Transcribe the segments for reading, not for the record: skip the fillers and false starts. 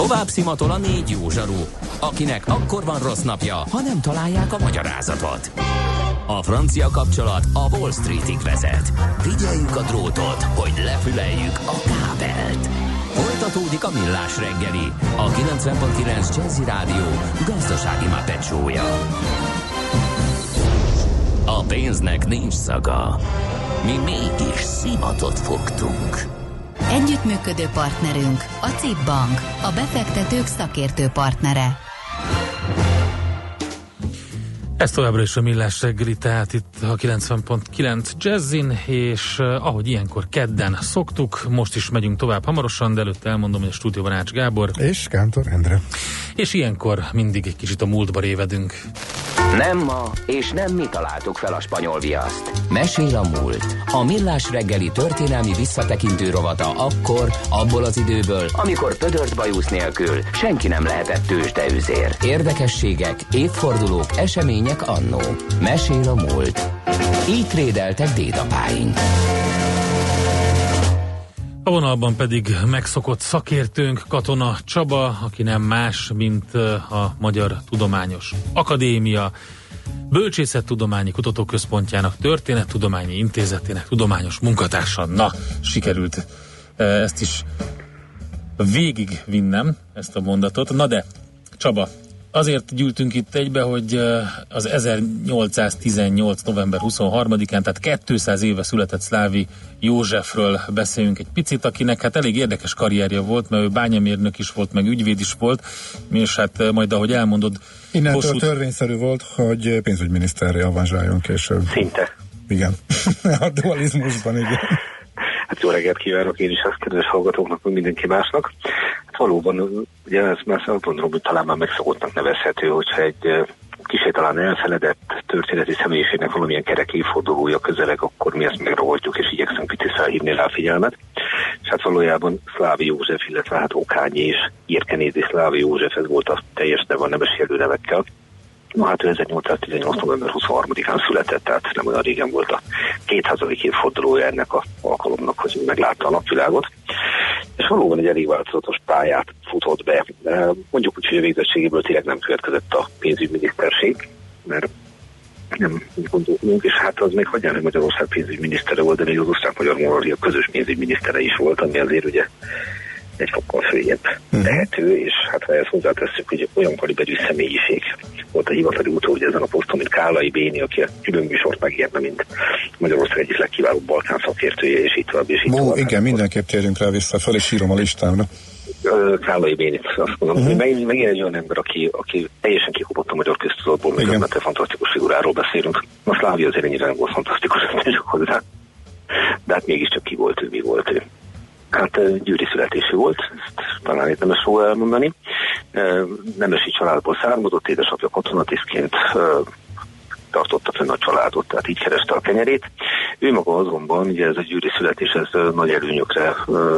Tovább szimatol a 4 jó zsaru, akinek akkor van rossz napja, ha nem találják a magyarázatot. A francia kapcsolat a Wall Streetig vezet. Figyeljük a drótot, hogy lefüleljük a kábelt. Folytatódik a Millás reggeli, a 90.9 Jazzy Rádió gazdasági mápecsója. A pénznek nincs szaga. Mi mégis szimatot fogtunk. Együttműködő partnerünk a CIP Bank, a befektetők szakértő partnere. Ez továbbra is a Millás reggeli, tehát itt a 90.9 Jazzin, és ahogy ilyenkor kedden szoktuk, most is megyünk tovább hamarosan, de előtte elmondom, hogy a stúdióban Ács Gábor és Kántor Endre. És ilyenkor mindig egy kicsit a múltba révedünk. Nem ma, és nem mi találtuk fel a spanyol viaszt. Mesél a múlt. A Millás reggeli történelmi visszatekintő rovata akkor, abból az időből, amikor pödört bajusz nélkül senki nem lehetett tőzsdeüzér. Érdekességek, évfordulók, események annó. Mesél a múlt. Így trédeltek dédapáink. A vonalban pedig megszokott szakértőnk, Katona Csaba, aki nem más, mint a Magyar Tudományos Akadémia Bölcsészettudományi Kutatóközpontjának Történettudományi Intézetének tudományos munkatársa. Na, sikerült ezt is végigvinnem, ezt a mondatot. Na de, Csaba, azért gyűltünk itt egybe, hogy az 1818. november 23-án, tehát 200 éve született Szlávi Józsefről beszéljünk egy picit, akinek hát elég érdekes karrierje volt, mert ő bányamérnök is volt, meg ügyvéd is volt, és hát majd ahogy elmondod... Innentől törvényszerű volt, hogy pénzügyminiszterre avanzsáljon később. Szinte. Igen. A dualizmusban, igen. Hát jó reggelt kívánok én is ezt kedves hallgatóknak, meg mindenki másnak. Hát valóban, ugye ezt már gondolom, hogy talán már megszokottnak nevezhető, hogyha egy kicsit talán elfeledett történeti személyiségnek valamilyen kerek évfordulója közeleg, akkor mi ezt megragadjuk, és igyekszünk picit felhívni rá a figyelmet. És hát valójában Szlávi József, illetve hát Okányi és Irkenédi Szlávi József, ez volt a teljes neve a nemes jelölnevekkel. No hát 1818. november 23-án született, tehát nem olyan régen volt a 200. évfordulója ennek az alkalomnak, hogy meglátta a napvilágot. És valóban egy elég változatos pályát futott be. Mondjuk úgy, hogy a végzettségéből tényleg nem következett a pénzügyminiszterség, mert nem úgy gondolunk, és hát az még hagyján, hogy Magyarország pénzügyminisztere volt, de még az osztrák-magyar monarchia közös pénzügyminisztere is volt, ami azért ugye egy fokkal följebb tehető, és hát ha ezt hozzátesszük, hogy olyan kaliberű személyiség volt a hivatali utódja ezen a poszton, mint Kállai Béni, aki a külön műsort megérne, mint Magyarország egyik legkiválóbb balkán szakértője, és így tovább, és így tovább. Igen, mindenképp térjünk rá vissza, fel is írom a listámra. Kállai Bénit, azt mondom, hogy megint egy olyan ember, aki teljesen kikopott a magyar köztudatból, még egy fantasztikus figuráról beszélünk. A Szlávi azért ennyire nem volt fantasztikus, csak hozzá. De hát mégiscsak ki volt ő, mi volt ő. Hát győri születésű volt, ezt talán itt nem is róla elmondani. Nemesi családból származott, édesapja katonatisztként tartotta fenn a családot, tehát így kereste a kenyerét. Ő maga azonban, ugye ez a győri születés, ez nagy előnyökre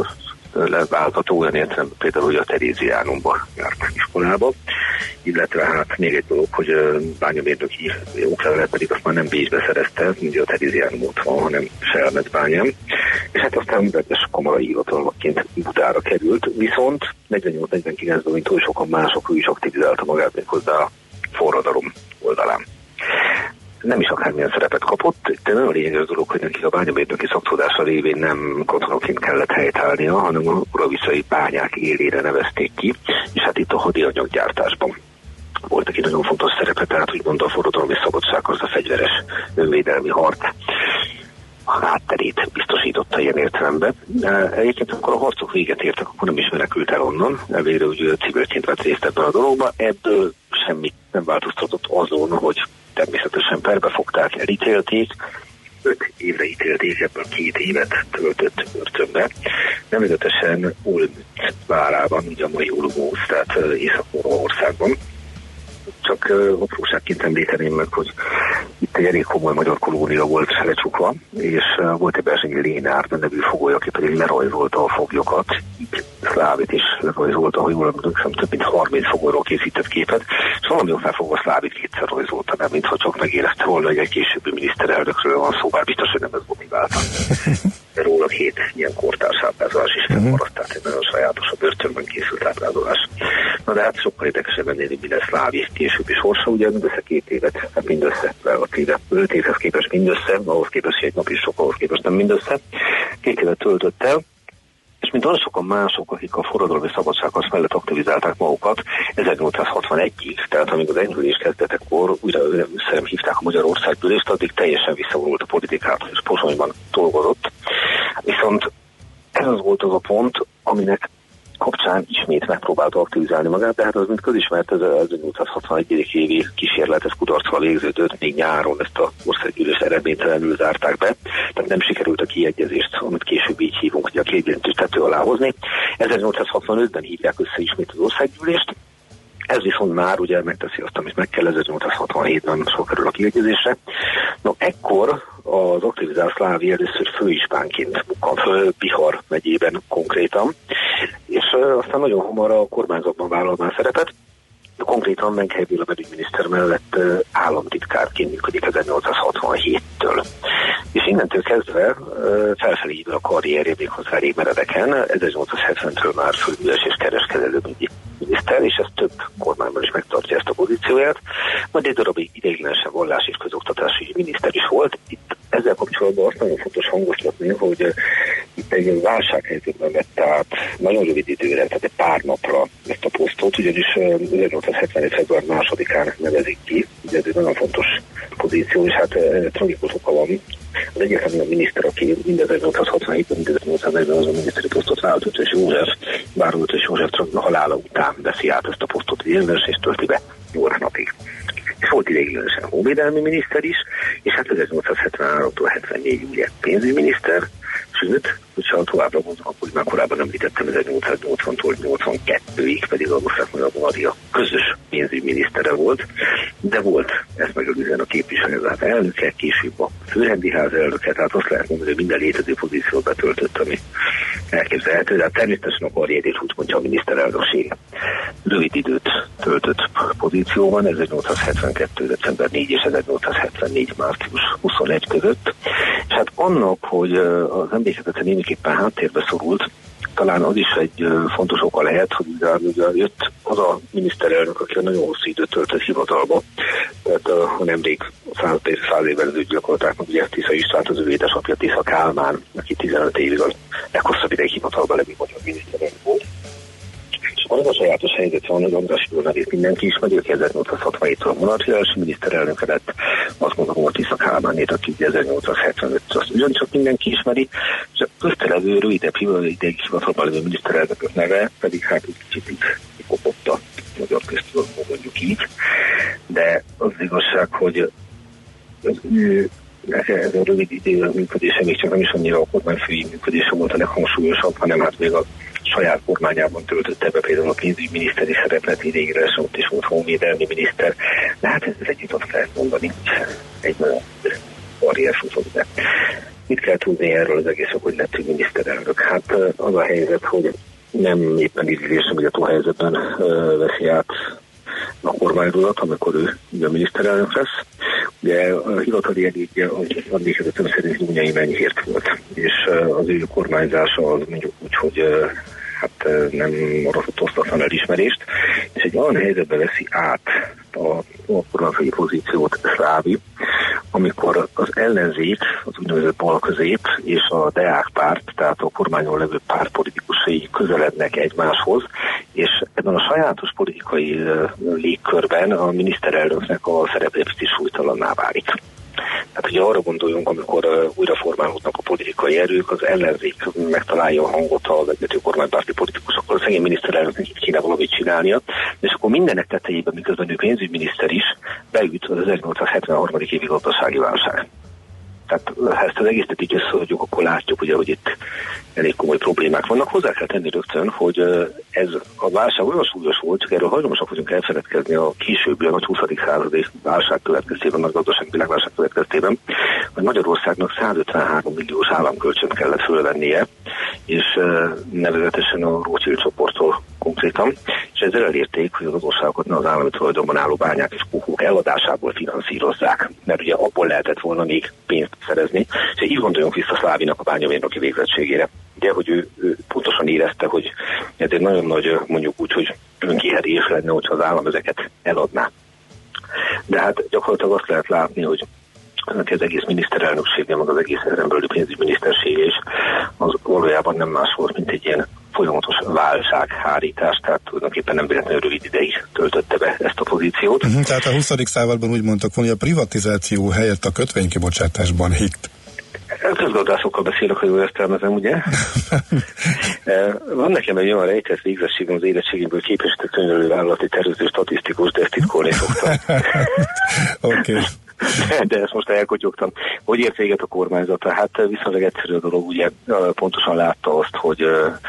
leváltató, olyan értelemben például, hogy a Teréziánumban járt iskolába, illetve hát még egy dolog, hogy bányamérnöki oklevelet pedig azt már nem Bécsbe szerezte, ugye a Teréziánum ott van, hanem Selmecbányán, és hát aztán rendes kamarai hivatalnokként Budára került, viszont 48-49-ben, mint oly sokan mások, ő is aktivizálta magát még hozzá a forradalom oldalán. Nem is akármilyen szerepet kapott, itt nagyon lényeges dolog, hogy neki a bányamérnöki szaktudása révén nem katonaként kellett helytállnia, hanem a uraviszai bányák élére nevezték ki, és hát itt a hadianyaggyártásban volt neki nagyon fontos szerepe, tehát úgymond a forradalmi szabadság az a fegyveres önvédelmi harc a hátterét biztosította ilyen értelemben. Egyébként amikor a harcok véget értek, akkor nem is menekült el onnan, elvégre úgy civilként vett részt ebben a dologban, ebből semmit nem változtatott azon, hogy természetesen perbe fogták, elítélték, 5 évre ítélték, ebből 2 évet töltött börtönbe. Nevezetesen Ulm várában, ugye a mai Ulmóz, tehát Észak-Magyarországban. Csak apróságként említeném meg, hogy itt egy elég komoly magyar kolónia volt lecsukva, és volt egy Berzsenyi Lénárd nevű fogoly, aki pedig lerajzolta a foglyokat, így Szlávit is lerajzolta, hogy jól emlékszem, több mint 30 fogolyról készített képet, és valami oknál fogva Szlávit kétszer rajzolta, nem mintha csak megérezte volna, hogy egy későbbi miniszterelnökről van szó, bár biztos, hogy nem ez motiválta. róla 7 ilyen kortárs ábrázolás is fennmaradt, tehát egy nagyon sajátos, a börtönben készült ábrázolás. Na de hát sokkal érdekesebben nézni, mi lesz Szlávi későbbi sorsa, ugye mindössze 2 évet, hát mindössze, relatíve 5 évhez képest mindössze, ahhoz képest, hogy egy nap is sok, ahhoz képest nem mindössze, 2 évet töltött el, és mint olyan sokan mások, akik a forradalmi szabadságharc mellett aktivizálták magukat 1861-ig, tehát amíg az enyhülés kezdetekor újra hívták a Magyarországgyűlést, addig teljesen visszavonult a politikától, és Pozsonyban dolgozott. Viszont ez az volt az a pont, aminek kapcsán ismét megpróbálta aktivizálni magát, de hát az, mint közismert, ez az 1861. évi kísérlet, ez kudarccal végződött, még nyáron ezt az országgyűlés eredménytelenül zárták be, tehát nem sikerült a kiegyezést, amit később így hívunk, hogy a kiegyezést tető alá hozni. 1865-ben hívják össze ismét az országgyűlést, ez viszont már ugye megteszi azt, amit meg kell, 1867-ben sor kerül a kiegyezésre. No, ekkor az aktivizált Szlávi először főispánként bukkan föl Bihar megyében konkrétan, és aztán nagyon hamar a kormányzatban vállal már szerepet. Konkrétan Menkhely Béla belügyminiszter mellett államtitkárként működik 1867-től. És innentől kezdve felfelé ívül a karrierje méghozzá elég meredeken, 1870-től már főügyes és kereskedelőügyi miniszter, és ez több kormányban is megtartja ezt a pozícióját. Majd egy darabig ideiglenesen vallás és közoktatási miniszter is volt. Itt ezzel kapcsolatban azt nagyon fontos hangoslatni, hogy itt egy válsághelyzetben vette át nagyon rövid időre, tehát egy pár napra ezt a posztot, ugyanis 1871. február 2-án nevezik ki, ugye ez egy nagyon fontos pozíció, és hát tragikus oka van. Az egyetlen a miniszter, aki mind 1867-ben, mind 1840-ben az a miniszteri posztot vállalt, Ötvös József, bár Ötvös József halála után veszi át ezt a posztot, hogy érvényes, és tölti be 8 napig. És volt ideiglenesen honvédelmi miniszter is, és hát 1873-tól 74 ugye pénzügyminiszter, sőt, hogyha továbbra mondom, akkor már korábban említettem, 1880-tól 82-ig pedig August Mária közös pénzügyminisztere volt, de volt ezt megelőzően a képviselőzet elnöke, később a főrendiház elnöke, tehát azt lehet mondani, hogy minden létező pozíciót betöltött, ami elképzelhető, de természetesen a karrierét úgy mondja a miniszterelnökség. Rövid időt töltött pozícióban, 1872. december 4 és 1874. március 21 között, és hát annak, hogy az emlékezete némiképpen háttérbe szorult, talán az is egy fontos oka lehet, hogy ugye jött az a miniszterelnök, aki nagyon hosszú időt töltött hivatalba, tehát nemrég 100 évvel ezelőtt gyakorolták meg ugye Tisza Istvánt, az ő édesapja Tisza Kálmán, aki 15 évig a leghosszabb ideig hivatalban levő magyar miniszterelnök volt. És az a sajátos helyzet van, hogy András Gyula nevét mindenki ismeri, aki 1867-től a monarchia első miniszterelnöke lett, azt mondom, hogy Tisza Kálmánét, aki 1875-től azt ugyancsak mindenki ismeri, és a köztelevő rövidebb ideig hivatalban levő miniszterelnökök neve pedig hát úgy kicsit kikopott a magyar köztudatban, mondjuk így, de az igazság, hogy az ő ez a rövid idő működése még csak nem is annyira a kormányfői működése volt a leghangsúlyosabb, hanem hát még a saját kormányában töltötte be például a pénzügyminiszteri szerepet, idégre ott is volt honvédelmi miniszter, de hát ez együtt azt lehet mondani, egy nagyon karrier futott be. Mit kell tudni erről az egész, hogy lett miniszterelnök? Hát az a helyzet, hogy nem éppen ízlésem, hogy a túlhelyzetben veszi át a kormányrudat, amikor ő ugye a miniszterelnök lesz. Ugye a hivatali elégje az emlékezetem szerint Nyújnyai Menyhért volt, és az ő kormányzása az mondjuk úgy, hogy hát nem maradott osztatlan elismerést, és egy olyan helyzetben veszi át a kormányfői pozíciót Szlávi, amikor az ellenzék, az úgynevezett balközép és a Deák párt, tehát a kormányon levő párt politikusai közelednek egymáshoz, és ebben a sajátos politikai légkörben a miniszterelnöknek a szerepe is súlytalanná válik. Tehát ugye arra gondoljunk, amikor újra formálódnak a politikai erők, az ellenzék megtalálja a hangot a vezető kormánypárti politikusokkal, a szegény miniszterelnöknek itt kéne valamit csinálnia, és akkor mindenek tetejében, miközben ő pénzügyminiszter is, beüt az 1873. évi gazdasági válság. Tehát ha ezt az egészet így összeadjuk, akkor látjuk, ugye, hogy itt elég komoly problémák vannak. Hozzá kell tenni rögtön, hogy ez a válság olyan súlyos volt, csak erről hajlamosak vagyunk elfeledkezni a későbbi, a nagy 20. századi válság következtében, a nagy gazdasági világválság következtében, hogy Magyarországnak 153 milliós államkölcsönt kellett fölvennie, és nevezetesen a Rothschild csoporttól konkrétan, és ezzel elérték, hogy az adósságokat ne az állami tulajdonban álló bányák és kuhók eladásából finanszírozzák, mert ugye abból lehetett volna még pénzt szerezni, és így gondoljunk vissza Szlávinak a bányamérnöki végzettségére. Ugye, hogy ő pontosan érezte, hogy ez egy nagyon nagy, mondjuk úgy, hogy önkiherés lenne, hogyha az állam ezeket eladná. De hát gyakorlatilag azt lehet látni, hogy az egész miniszterelnöksége, meg az egész ezenbeli pénzügyminisztersége is az valójában nem más volt, mint egy ilyen folyamatos válsághárítás, tehát tulajdonképpen nem véletlenül rövid ideig töltötte be ezt a pozíciót. Tehát a 20. században úgy mondtak, hogy a privatizáció helyett a kötvénykibocsátásban hitt. Közgazdászokkal beszélek, ha jól értelmezem, ugye? Van nekem egy olyan rejtett végzettségem az érettségemből képesített könyvelő vállalati tervező statisztikus, de ezt titkolni szoktam. Oké. De ezt most elkotyogtam. Hogy ért véget a kormányzata? Hát viszonylag egyszerű a dolog, ugye pontosan látta azt, hogy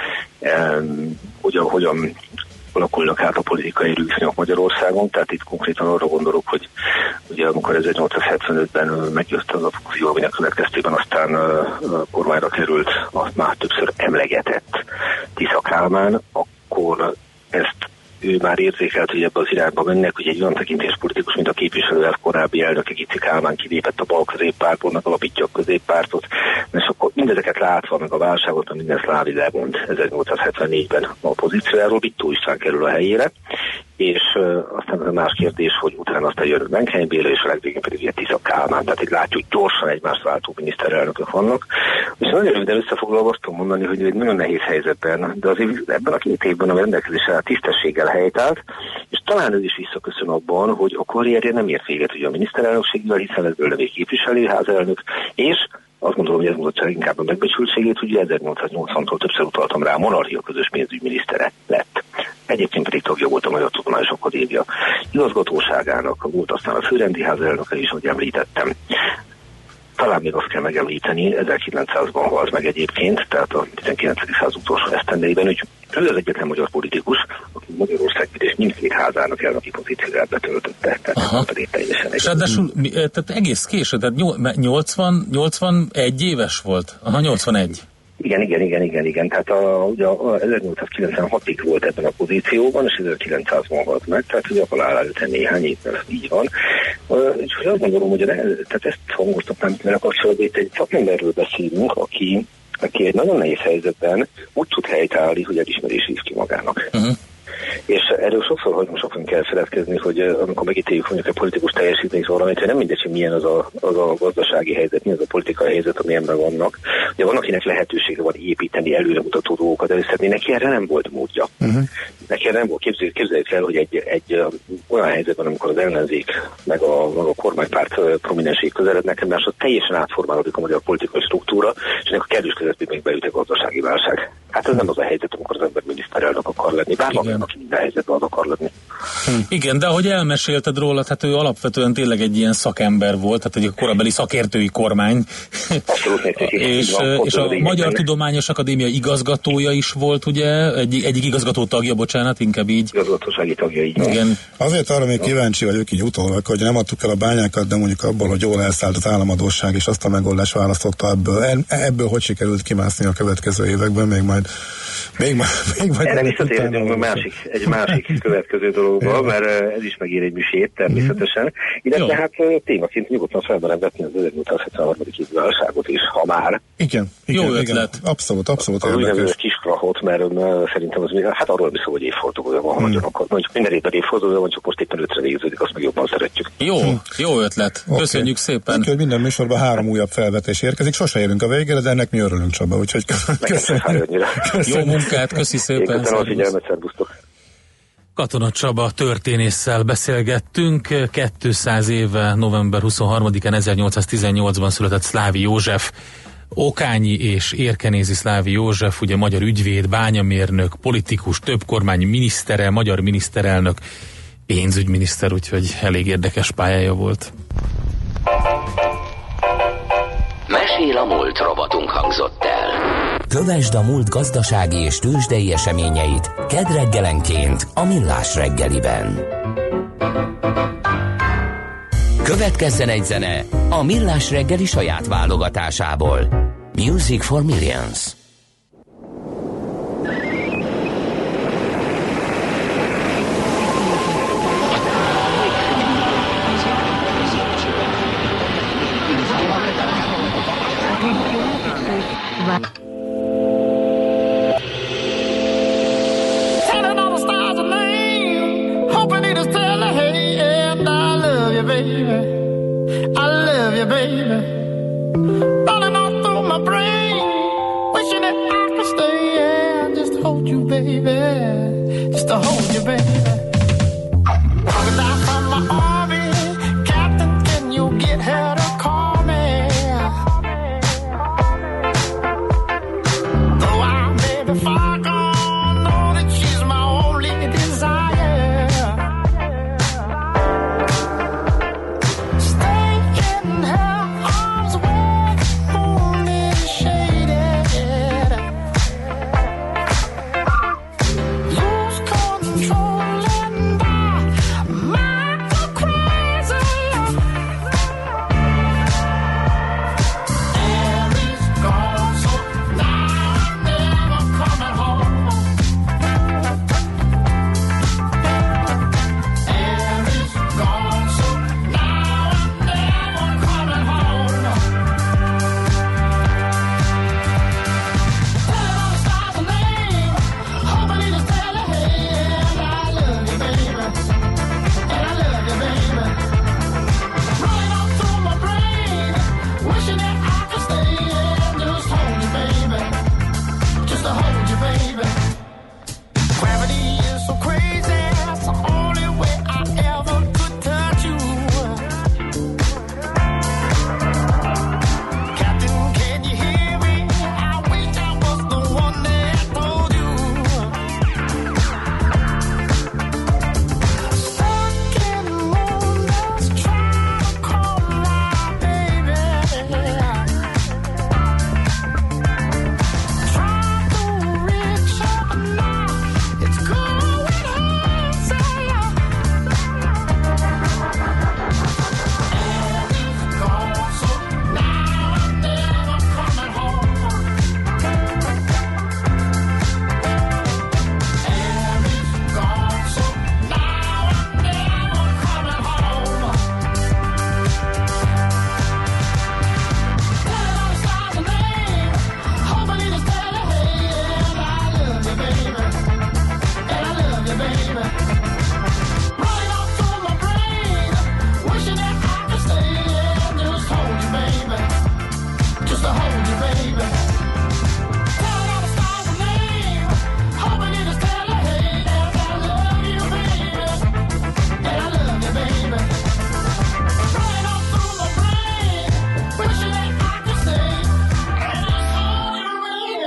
hogyan alakulnak át a politikai erőviszonyok Magyarországon, tehát itt konkrétan arra gondolok, hogy ugye amikor 1875-ben megjött az a fúzió, aminek következtében aztán kormányra került a már többször emlegetett Tisza Kálmán, akkor ezt ő már érzékelt, hogy ebbe az irányba mennek, hogy egy olyan tekintéspolitikus, mint a képviselővel korábbi elnöke Gici Kálmán kilépett a bal középpártból, alapítja a középpártot, és akkor mindezeket látva, meg a válságot, a minden szlávi lemond 1874-ben a pozíciójáról, Bittó István kerül a helyére, és aztán a más kérdés, hogy utána aztán jön Menkhely Béla, és a legvégén pedig ugye Tisza Kálmán, tehát itt látjuk, hogy gyorsan egymást váltó miniszterelnökök vannak. És nagyon röviden összefoglalva azt tudom mondani, hogy egy nagyon nehéz helyzetben, de azért ebben a 2 évben a rendelkezésre tisztességgel helytált, és talán ez is visszaköszön abban, hogy a karrierje nem ért véget ugye a miniszterelnökségvel, hiszen ez belőle még képviselőházelnök, és azt gondolom, hogy ez mutatja inkább a megbecsültségét, hogy 1880-tól többször utaltam rá, a monarchia közös pénzügyminisztere lett. Egyébként pedig tagja volt a Magyar Tudományos Akadémia igazgatóságának, volt aztán a főrendi házelnöke is, ahogy említettem. Talán még azt kell megemlíteni, 1900-ban halt meg egyébként, tehát a 19. század utolsó esztendeiben, hogy ő az egyetlen magyar politikus, aki Magyarország és mindkét házának elnöki pozícióját betöltötte. Tehát pedig teljesen egy. Ráadásul, tehát egész késő, tehát 81 éves volt? Aha, 81. Igen. Tehát ugye 1896-ig volt ebben a pozícióban, és 1900-ban halt meg, tehát ugye a halál előtt néhány évvel így van. Úgyhogy azt gondolom, hogy tehát ezt hangoztatnám vele kapcsolatban, itt egy szakemberről beszélünk, aki egy nagyon nehéz helyzetben úgy tud helytállni, hogy elismerés ír ki magának. És erről sokszor kell feledkezni, hogy amikor megítéljük mondjuk a politikus teljesítményt valamit, nem mindegy, hogy milyen az a gazdasági helyzet, milyen az a politikai helyzet, amilyenben vannak. Ugye van, akinek lehetősége van építeni előremutató dolgokat előszedni, neki erre nem volt módja. Neki erre nem volt. Képzeljük el, hogy egy olyan helyzetben, amikor az ellenzék meg a kormánypárt prominenség közelednek egymásra, teljesen átformálódik a magyar politikai struktúra, és ennek a kellős közepén még beüt a gazdasági válság. Hát ez nem az a helyzet, amikor az ember miniszterelnök akar lenni. Bár van, aki minden helyzetben az akar lenni. Igen, de ahogy elmesélted róla, hát ő alapvetően tényleg egy ilyen szakember volt, tehát egy korabeli szakértői kormány. És a Magyar Tudományos Akadémia igazgatója is volt, ugye? Egyik igazgató tagja, bocsánat, inkább így. Igazgatósági tagja, így. Igen. Azért arra még kíváncsi vagyok így utólag, hogy nem adtuk el a bányákat, de mondjuk abból, hogy jól elszállt az államadósság, és azt a megoldást választotta ebből hogy sikerült kimászni a következő években, még majd erre visszatérhetünk egy másik következő dologba, mert ez is megír egy műsét természetesen. Illetve hát témaként nyugodtan felmerem vetni az 1873. évi válságot is, ha már. Igen. Jó ötlet. Abszolút érdekes. Kis krachot, mert szerintem az hát arról mi szó, hogy évfordulója van, mondjuk minden évben évfordulója van, csak most éppen 5-re végződik, azt meg jobban szeretjük. Jó ötlet. Okay. Köszönjük szépen. Úgyhogy minden műsorban 3 újabb felvetés érkezik. Sose érünk a végére, de ennek mi örülünk, Csaba, úgyhogy köszönjük. Jó munkát, köszi szépen. Köszönöm a figyelmet, szervusztok. Katona Csaba történésszel beszélgettünk. 200 éve, november 23-án 1818-ban született Szlávi József, okányi és érkenézi Szlávi József, ugye magyar ügyvéd, bányamérnök, politikus, több kormány minisztere, magyar miniszterelnök, pénzügyminiszter, úgyhogy elég érdekes pályája volt. Mesél a múlt rovatunk hangzott el. Kövesd a múlt gazdasági és tőzsdei eseményeit kedd reggelenként a Millás reggeliben. Következzen egy zene a Millás reggeli saját válogatásából. Music for Millions. baby. I love you, baby. Running all through my brain, wishing that I could stay, yeah, just to hold you, baby, just to hold you, baby. Walking down from my army, Captain, can you get her to call me? Though I may be far gone, know that she's my only desire. Stay in her arms where the moon is shaded. Lose control and I might go crazy. Aries gone, so now I'm never coming home. Aries gone, so now I'm never coming home. Tell all the stars a name, hoping he just tell her, hey, I love you, baby, and I love you, baby. Running all through my brain, wishing that I could stay and just hold you, baby, just to hold you, baby. Gravity is so crazy, it's the only way I ever could touch you. Captain, can you hear me? I wish I was the one that told you. Stuck in moonless, trying to call my baby. Try to reach her, but now it's going hazy. Aries gone, so now I'm never coming home. Aries gone, so now I'm never coming home. Tell all the stars a name, hoping he just tell her, hey, I love you, baby, and I love you, baby. Running off through my brain, wishing that I could stay and just hold you, baby, just to hold you, baby. Tell all the stars a name, hoping he just tell her, hey, I love you, baby, and I love you, baby. Running off through my brain, wishing that I could stay and just hold you,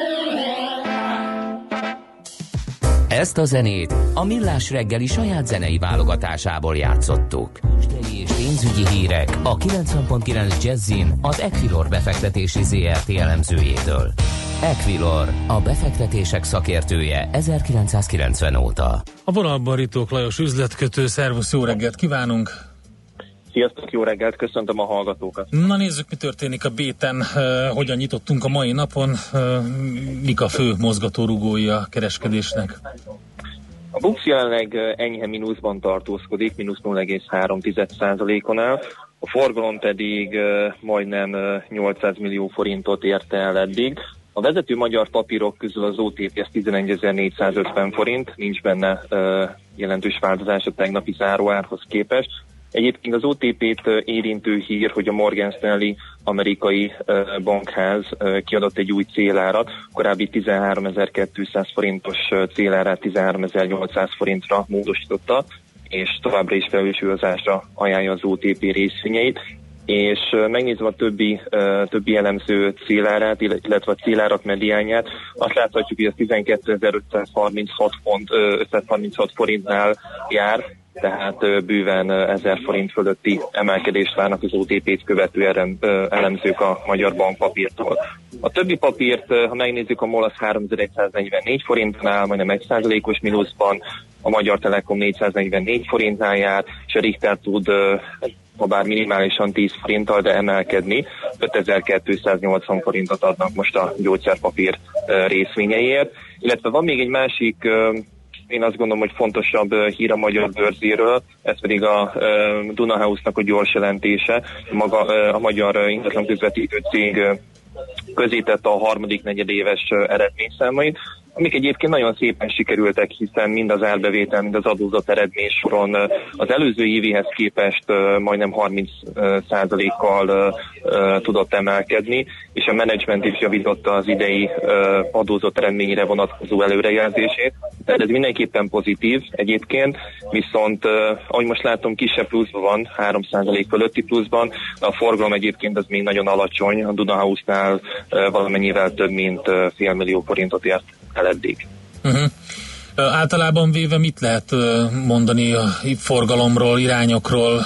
baby. Ezt a zenét a Millás reggeli saját zenei válogatásából játszottuk. Tőzsdei és pénzügyi hírek a 90.9 Jazzin az Equilor befektetési ZRT elemzőjétől. Equilor, a befektetések szakértője 1990 óta. A vonalban Ritók Lajos üzletkötő, szervusz, jó reggelt kívánunk! Sziasztok, jó reggelt, köszöntöm a hallgatókat. Na nézzük, mi történik a B-ten, hogyan nyitottunk a mai napon, mik a fő mozgatórugói a kereskedésnek? A BUX jelenleg enyhe mínuszban tartózkodik, mínusz 0,3%-on áll, a forgalom pedig majdnem 800 millió forintot érte el eddig. A vezető magyar papírok közül az OTP 11.450 forint, nincs benne jelentős változás a tegnapi záróárhoz képest. Egyébként az OTP-t érintő hír, hogy a Morgan Stanley amerikai bankház kiadott egy új célárat, korábbi 13.200 forintos célárát 13.800 forintra módosította, és továbbra is felülsúlyozásra ajánlja az OTP részvényeit. És megnézve a többi elemző célárát, illetve a célárak mediánját, azt láthatjuk, hogy a 12.536 forintnál jár, tehát bőven 1000 forint fölötti emelkedést várnak az OTP-t követő elemzők a magyar bankpapírtól. A többi papírt, ha megnézzük, a MOL az 3144 forintnál, majdnem 1%-os mínuszban, a Magyar Telekom 444 forintnál jár, és a Richter tud, ha bár minimálisan 10 forinttal, de emelkedni, 5280 forintot adnak most a gyógyszerpapír részvényeiért. Illetve van még egy másik, én azt gondolom, hogy fontosabb hír a magyar bőrzéről, ez pedig a Dunahouse-nak a gyors jelentése. Maga a magyar ingatlan közvetítő cég közítette a harmadik negyedéves eredményszámait. amik egyébként nagyon szépen sikerültek, hiszen mind az árbevétel, mind az adózott eredmény soron az előző évéhez képest majdnem 30%-kal tudott emelkedni, és a menedzsment is javította az idei adózott eredményre vonatkozó előrejelzését. Tehát ez mindenképpen pozitív egyébként, viszont ahogy most látom, kisebb pluszban van, 3% fölötti pluszban, de a forgalom egyébként az még nagyon alacsony, a Dunahouse-nál valamennyivel több mint fél millió forintot ért el eddig. Általában véve mit lehet mondani a forgalomról, irányokról?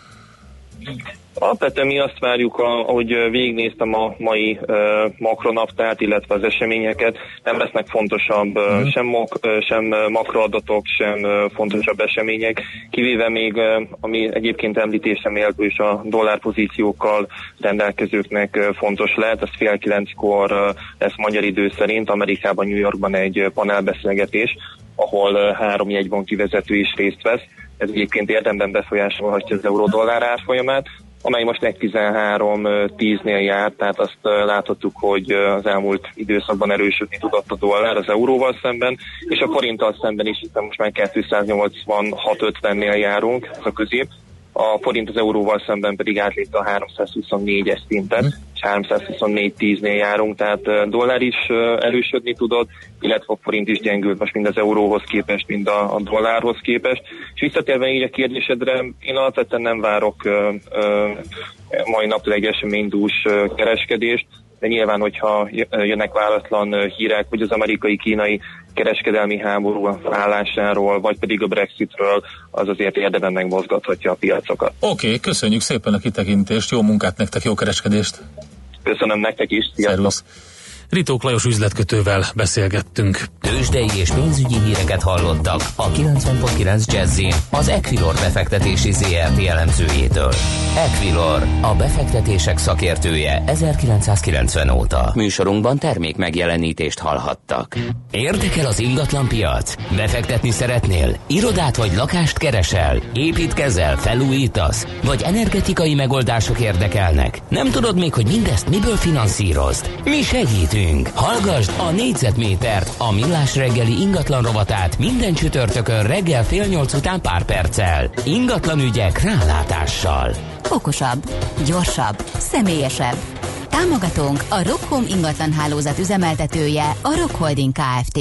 Alapvetően mi azt várjuk, ahogy végignéztem a mai makronaptárt, illetve az eseményeket, nem lesznek fontosabb sem makroadatok, sem fontosabb események, kivéve még, ami egyébként említésem méltó is a dollárpozíciókkal rendelkezőknek fontos lehet, ez 8:30 lesz magyar idő szerint, Amerikában, New Yorkban egy panelbeszélgetés, ahol 3 jegybanki vezető is részt vesz. Ez egyébként érdemben befolyásolhatja az euró-dollár árfolyamát, amely most 1.13.10-nél jár, tehát azt láthattuk, hogy az elmúlt időszakban erősödni tudott a dollár az euróval szemben, és a forinttal szemben is, hiszen most már 286.50-nél járunk, ez a közép. A forint az euróval szemben pedig átlépte a 324-es szintet, és 324.10-nél járunk, tehát dollár is erősödni tudott, illetve a forint is gyengült most mind az euróhoz képest, mind a dollárhoz képest. És visszatérve így a kérdésedre, én alapvetően nem várok mai napra egy eseménydús kereskedést, de nyilván, hogyha jönnek váratlan hírek, hogy az amerikai-kínai kereskedelmi háború állásáról, vagy pedig a Brexitről, az azért érdemben megmozgathatja a piacokat. Oké, köszönjük szépen a kitekintést, jó munkát nektek, jó kereskedést! Köszönöm nektek is, sziasztok! Szervusz. Ritók Lajos üzletkötővel beszélgettünk. Tőzsdei és pénzügyi híreket hallottak a 90.9 Jazzin az Equilor befektetési ZRT elemzőjétől. Equilor, a befektetések szakértője 1990 óta. Műsorunkban termék megjelenítést hallhattak. Érdekel az ingatlan piac? Befektetni szeretnél? Irodát vagy lakást keresel? Építkezel, felújítasz? Vagy energetikai megoldások érdekelnek? Nem tudod még, hogy mindezt miből finanszírozd? Mi segítünk! Hallgasd a Négyzetmétert, a Millás reggeli ingatlan rovatát minden csütörtökön reggel 7:30 után pár perccel. Ingatlan ügyek rálátással. Okosabb, gyorsabb, személyesebb. Támogatónk a Rockhome ingatlan hálózat üzemeltetője, a Rock Holding Kft.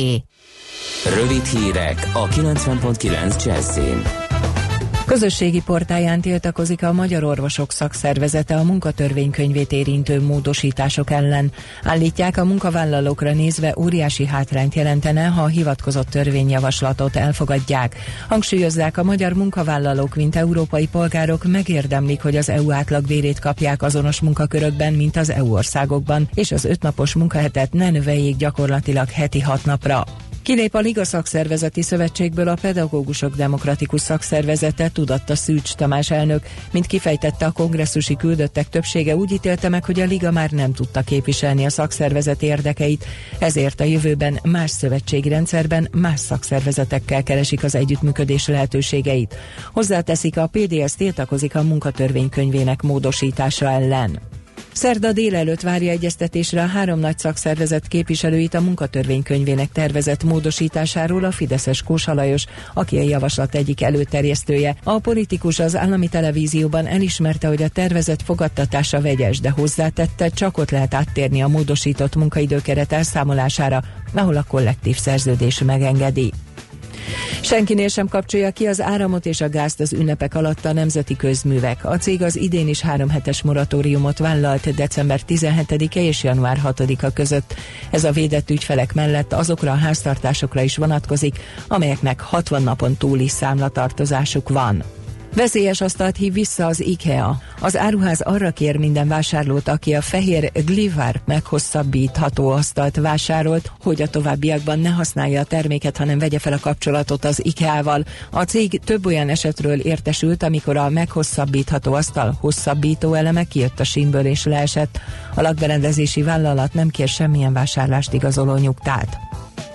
Rövid hírek a 90.9 Jazzin. Közösségi portáján tiltakozik a Magyar Orvosok Szakszervezete a munkatörvénykönyvét érintő módosítások ellen. Állítják, a munkavállalókra nézve óriási hátrányt jelentene, ha a hivatkozott törvényjavaslatot elfogadják. Hangsúlyozzák, a magyar munkavállalók, mint európai polgárok megérdemlik, hogy az EU átlagbérét kapják azonos munkakörökben, mint az EU országokban, és az 5 napos munkahetet ne növeljék gyakorlatilag heti 6 napra. Kilép a Liga Szakszervezeti Szövetségből a Pedagógusok Demokratikus Szakszervezete, tudatta Szűcs Tamás elnök. Mint kifejtette, a kongresszusi küldöttek többsége úgy ítélte meg, hogy a Liga már nem tudta képviselni a szakszervezet érdekeit, ezért a jövőben más szövetségi rendszerben más szakszervezetekkel keresik az együttműködés lehetőségeit. Hozzáteszik, a PDS tiltakozik a munkatörvénykönyvének módosítása ellen. Szerda délelőtt várja egyeztetésre a 3 nagy szakszervezet képviselőit a munkatörvénykönyvének tervezett módosításáról a fideszes Kósa Lajos, aki a javaslat egyik előterjesztője. A politikus az állami televízióban elismerte, hogy a tervezet fogadtatása vegyes, de hozzátette, csak ott lehet áttérni a módosított munkaidőkeret elszámolására, ahol a kollektív szerződés megengedi. Senkinél sem kapcsolja ki az áramot és a gázt az ünnepek alatt a Nemzeti Közművek. A cég az idén is 3 hetes moratóriumot vállalt december 17-e és január 6-a között. Ez a védett ügyfelek mellett azokra a háztartásokra is vonatkozik, amelyeknek 60 napon túli számlatartozásuk van. Veszélyes asztalt hív vissza az IKEA. Az áruház arra kér minden vásárlót, aki a fehér Glivar meghosszabbítható asztalt vásárolt, hogy a továbbiakban ne használja a terméket, hanem vegye fel a kapcsolatot az IKEA-val. A cég több olyan esetről értesült, amikor a meghosszabbítható asztal hosszabbító eleme kijött a sínből és leesett. A lakberendezési vállalat nem kér semmilyen vásárlást igazoló nyugtát.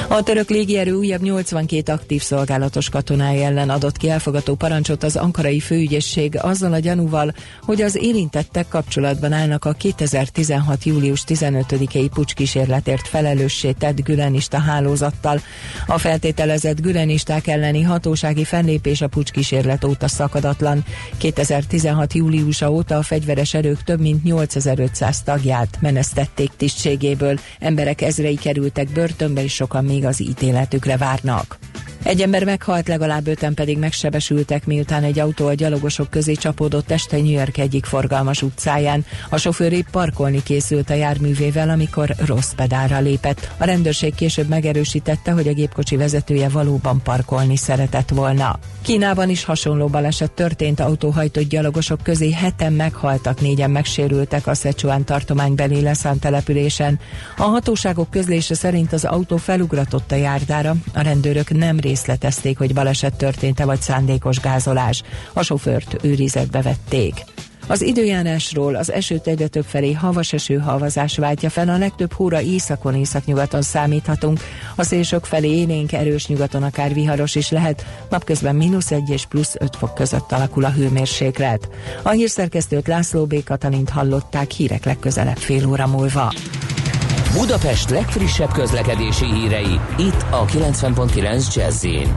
A török légierő újabb 82 aktív szolgálatos katonája ellen adott ki elfogató parancsot az ankarai főügyészség azzal a gyanúval, hogy az érintettek kapcsolatban állnak a 2016. július 15-i pucskísérletért felelőssé tett gülenista hálózattal. A feltételezett gülenisták elleni hatósági fellépés a pucskísérlet óta szakadatlan. 2016. júliusa óta a fegyveres erők több mint 8500 tagját menesztették tisztségéből, emberek ezrei kerültek börtönbe, és sokan még az ítéletükre várnak. Egy ember meghalt, legalább 5-en pedig megsebesültek, miután egy autó a gyalogosok közé csapódott este New York egyik forgalmas utcáján. A sofőr épp parkolni készült a járművével, amikor rossz pedálra lépett. A rendőrség később megerősítette, hogy a gépkocsi vezetője valóban parkolni szeretett volna. Kínában is hasonló baleset történt, autóhajtott gyalogosok közé 7-en meghaltak, 4-en megsérültek a Szechuan tartománybeli Leszán településen. A hatóságok közlése szerint az autó felugratott a járdára, a rendőrök nem részletezték, hogy baleset történt-e vagy szándékos gázolás. A sofőrt őrizetbe vették. Az időjárásról: az esőt egyre több felé havas eső, havazás váltja fel, a legtöbb hóra északon, északnyugaton számíthatunk. A szél sok felé élénk, erős, nyugaton akár viharos is lehet. Napközben -1 és +5 fok között alakul a hőmérséklet. A hírszerkesztőt, László B. Katalint hallották, hírek legközelebb fél óra múlva. Budapest legfrissebb közlekedési hírei, itt a 90.9 Jazz-in.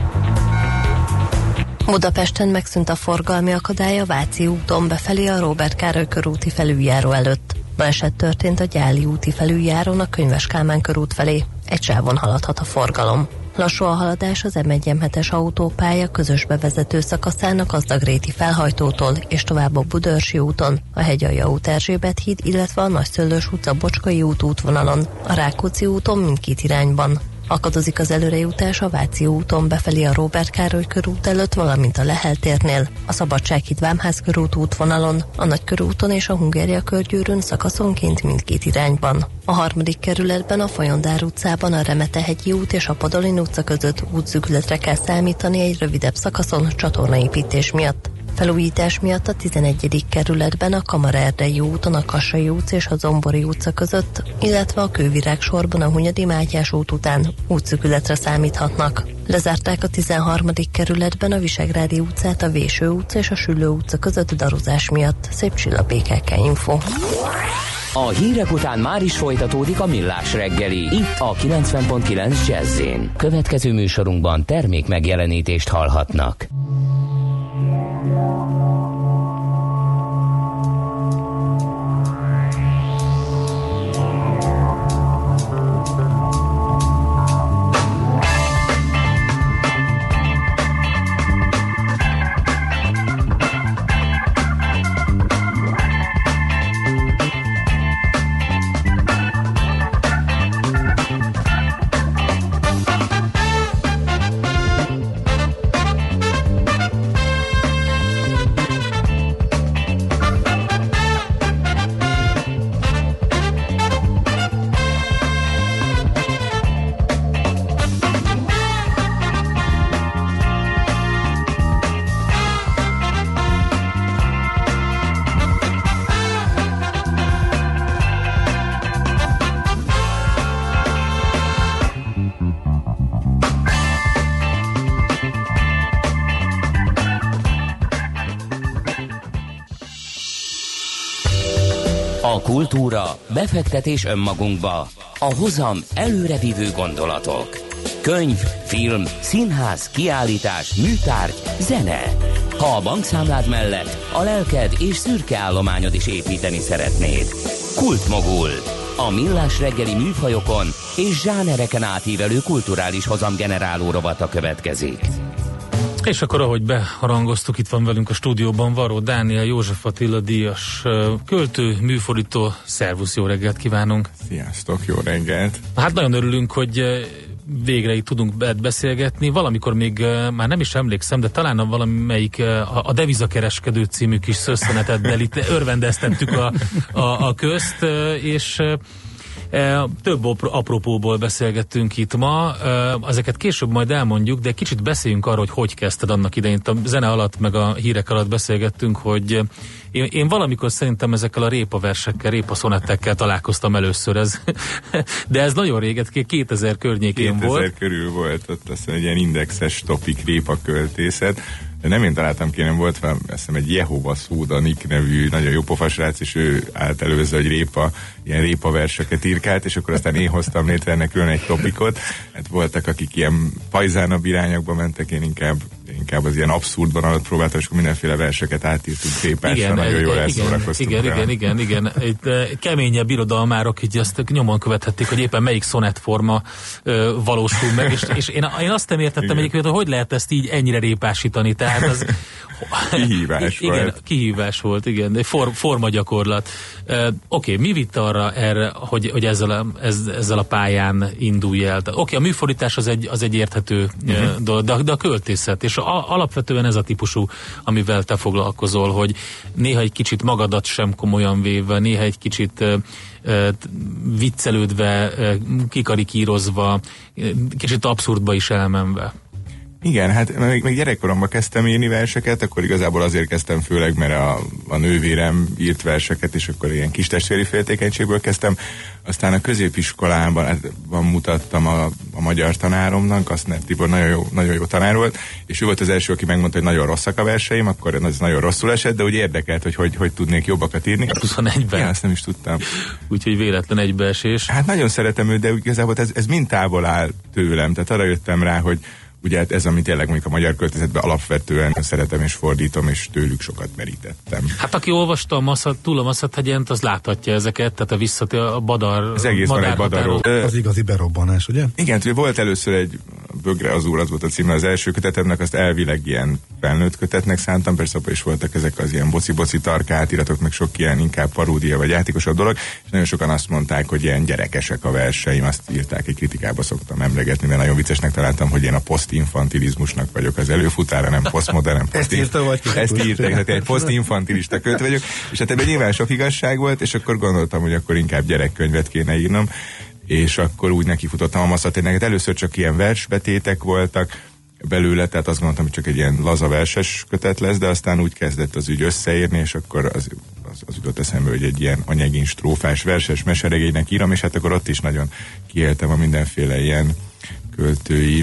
Budapesten megszűnt a forgalmi akadály a Váci úton befelé a Róbert Károly körúti felüljáró előtt. Baleset történt a Gyáli úti felüljárón a Könyves Kálmán körút felé. Egy sávon haladhat a forgalom. Lassú a haladás az M1-M7-es autópálya közös bevezető szakaszán a Gazdagréti felhajtótól és tovább a Budörsi úton, a Hegyalja út Erzsébet híd, illetve a Nagyszőlős utca Bocskai út útvonalon, a Rákóczi úton mindkét irányban. Akadozik az előrejutás a Váci úton befelé a Róbert Károly körút előtt, valamint a Lehel térnél, a Szabadsághíd Vámház körút útvonalon, a Nagykörúton és a Hungária körgyűrűn szakaszonként mindkét irányban. A 3. kerületben a Folyondár utcában a Remetehegyi út és a Padolin utca között útszűkületre kell számítani egy rövidebb szakaszon csatornaépítés miatt. Felújítás miatt a 11. kerületben a Kamara-Erdei úton a Kassai utca és a Zombori utca között, illetve a Kővirág sorban a Hunyadi Mátyás út után útszűkületre számíthatnak. Lezárták a 13. kerületben a Visegrádi utcát, a Véső utca és a Süllő utca között darozás miatt. Szép Csilla, BKK Info. A hírek után már is folytatódik a Millás reggeli, itt a 90.9 Jazz-in. Következő műsorunkban termék megjelenítést hallhatnak. A kultúra, befektetés önmagunkba, a hozam előrevívő gondolatok. Könyv, film, színház, kiállítás, műtárgy, zene. Ha a bankszámlád mellett a lelked és szürke állományod is építeni szeretnéd. Kultmogul. A Millás reggeli műfajokon és zsánereken átívelő kulturális hozamgeneráló rovata következik. És akkor, ahogy beharangoztuk, itt van velünk a stúdióban Varró Dániel, József Attila díjas költő, műfordító. Szervusz, jó reggelt kívánunk! Sziasztok, jó reggelt! Hát nagyon örülünk, hogy végre itt tudunk beszélgetni. Valamikor még már nem is emlékszem, de talán valamelyik a Devizakereskedő című kis szösszeneteddel itt örvendeztettük a közt, és Több apropóból beszélgettünk itt ma, ezeket később majd elmondjuk, de kicsit beszéljünk arról, hogy kezdted annak idején. A zene alatt, meg a hírek alatt beszélgettünk, hogy én valamikor szerintem ezekkel a répaversekkel, répaszonettekkel találkoztam először, de ez nagyon réget, 2000 környékén 2000 volt. 2000 körül volt, ott azt egy ilyen indexes topik répaköltészet. De nem én találtam ki, nem volt, azt hiszem egy Jehova Szóda Nick nevű nagyon jó pofasrác, és ő állt előző, hogy ilyen répaverseket írkált, és akkor aztán én hoztam létre ennek külön egy topikot. Hát voltak, akik ilyen pajzánabb irányokba mentek, én inkább az ilyen abszurd vonalat próbáltam, és akkor mindenféle verseket átírtunk répásra, nagyon jól elszórakoztunk. Igen. Itt keményebb irodalmárok így azt nyomon követhették, hogy éppen melyik szonetforma valósul meg, és én azt nem értettem egyébként, hogy lehet ezt így ennyire répásítani, tehát az... Kihívás volt. Igen, kihívás volt, igen, formagyakorlat. Oké, mi vitte erre, hogy ezzel a pályán indulj el? A műfordítás az egy érthető dolog, de a költészet, és alapvetően ez a típusú, amivel te foglalkozol, hogy néha egy kicsit magadat sem komolyan véve, néha egy kicsit viccelődve, kikarikírozva, kicsit abszurdba is elmenve. Igen, hát még gyerekkoromban kezdtem írni verseket, akkor igazából azért kezdtem főleg, mert a nővérem írt verseket, és akkor ilyen kis testvéri féltékenységből kezdtem. Aztán a középiskolában mutattam a magyar tanáromnak, Kaszner Tibor nagyon jó tanár volt, és ő volt az első, aki megmondta, hogy nagyon rosszak a verseim, akkor ez nagyon rosszul esett, de úgy érdekelt, hogy tudnék jobbakat írni. 21-ben. Ja, azt nem is tudtam. Úgyhogy véletlen egybeesés. Hát nagyon szeretem őt, de igazából ez mind távol áll tőlem, tehát arra jöttem rá, hogy ugye ez, amit tényleg mondjuk a magyar költészetben alapvetően szeretem és fordítom, és tőlük sokat merítettem. Hát aki olvasta túl a Masszathegyent, az láthatja ezeket, tehát a Badar... Ez egész van egy Badarról. Az igazi berobbanás, ugye? Igen, volt először egy Bögre az úr, az volt a címe az első kötetemnek, azt elvileg ilyen felnőtt kötetnek szántam, persze abban is voltak ezek az ilyen boci-boci tarka átiratok, meg sok ilyen inkább paródia vagy játékosabb dolog, és nagyon sokan azt mondták, hogy ilyen gyerekesek a verseim, azt írták, egy kritikába szoktam emlegetni, mert nagyon viccesnek találtam, hogy én a posztinfantilizmusnak vagyok az előfutára, nem posztmodern. Ezt írta, vagy? Ezt írták, tehát egy posztinfantilista költ vagyok, és hát ebben nyilván sok igazság volt, és akkor gondoltam, hogy akkor inkább gyerekkönyvet kéne írnom, és akkor úgy nekifutottam a Masszathegynek. Először csak ilyen versbetétek voltak belőle, tehát azt gondoltam, hogy csak egy ilyen laza verses kötet lesz, de aztán úgy kezdett az ügy összeérni, és akkor az jutott eszembe, hogy egy ilyen anyagin strófás verses meseregénynek írom, és hát akkor ott is nagyon kiéltem a mindenféle ilyen költői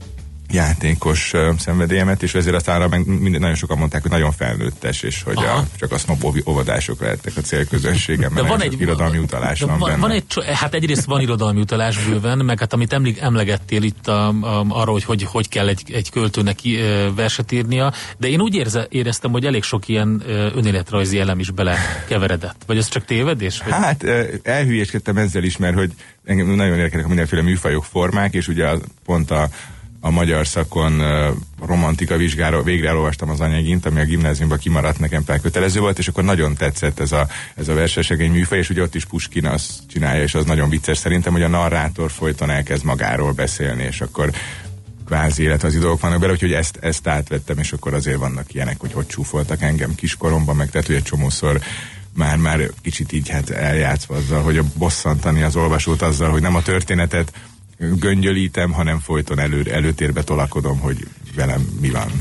játékos szenvedélyemet, és ezért aztán nagyon sokan mondták, hogy nagyon felnőttes, és hogy csak a snob óvodások lehettek a célközönségem, mert van egy irodalmi utalás van benne. Hát egyrészt van irodalmi utalás bőven, meg hát amit emlegettél itt arról, hogy kell egy költőnek verset írnia, de én úgy éreztem, hogy elég sok ilyen önéletrajzi elem is belekeveredett. Vagy ez csak tévedés? Vagy? Hát elhülyéskedtem ezzel is, mert hogy engem nagyon érdekelnek a mindenféle műfajok, formák, és ugye pont a magyar szakon romantika vizsgára végre elolvastam az anyagint, ami a gimnáziumban kimaradt, nekem felkötelező volt, és akkor nagyon tetszett ez a versesegény műfaj, és ugye ott is Puskin azt csinálja, és az nagyon vicces szerintem, hogy a narrátor folyton elkezd magáról beszélni, és akkor kvázi élethazi dolgok vannak bele, úgyhogy ezt átvettem, és akkor azért vannak ilyenek, hogy csúfoltak engem kiskoromban, meg tehát, hogy egy csomószor már kicsit így hát eljátszva azzal, hogy bosszantani az olvasót azzal, hogy nem a történetet göngyölítem, hanem folyton előtérbe tolakodom, hogy velem mi van.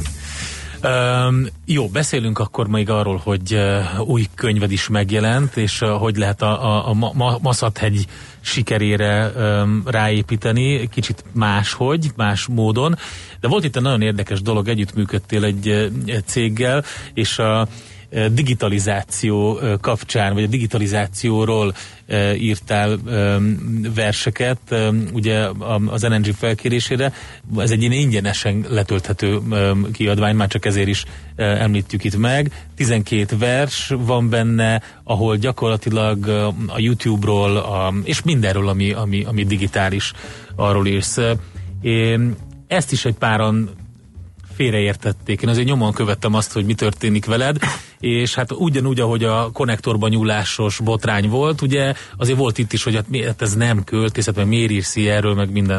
Jó, beszélünk akkor még arról, hogy új könyved is megjelent, és hogy lehet a Masszathegy sikerére ráépíteni, kicsit más módon. De volt itt egy nagyon érdekes dolog, együttműködtél egy céggel, és a digitalizáció kapcsán, vagy a digitalizációról írtál verseket, ugye az NNG felkérésére. Ez egy ingyenesen letölthető kiadvány, már csak ezért is említjük itt meg. 12 vers van benne, ahol gyakorlatilag a YouTube-ról és mindenről, ami digitális, arról írsz. Ezt is egy páran félreértették. Én azért nyomon követtem azt, hogy mi történik veled, és hát ugyanúgy, ahogy a konnektorban nyúlásos botrány volt, ugye azért volt itt is, hogy hát ez nem költészet, meg miért írsz erről, meg minden.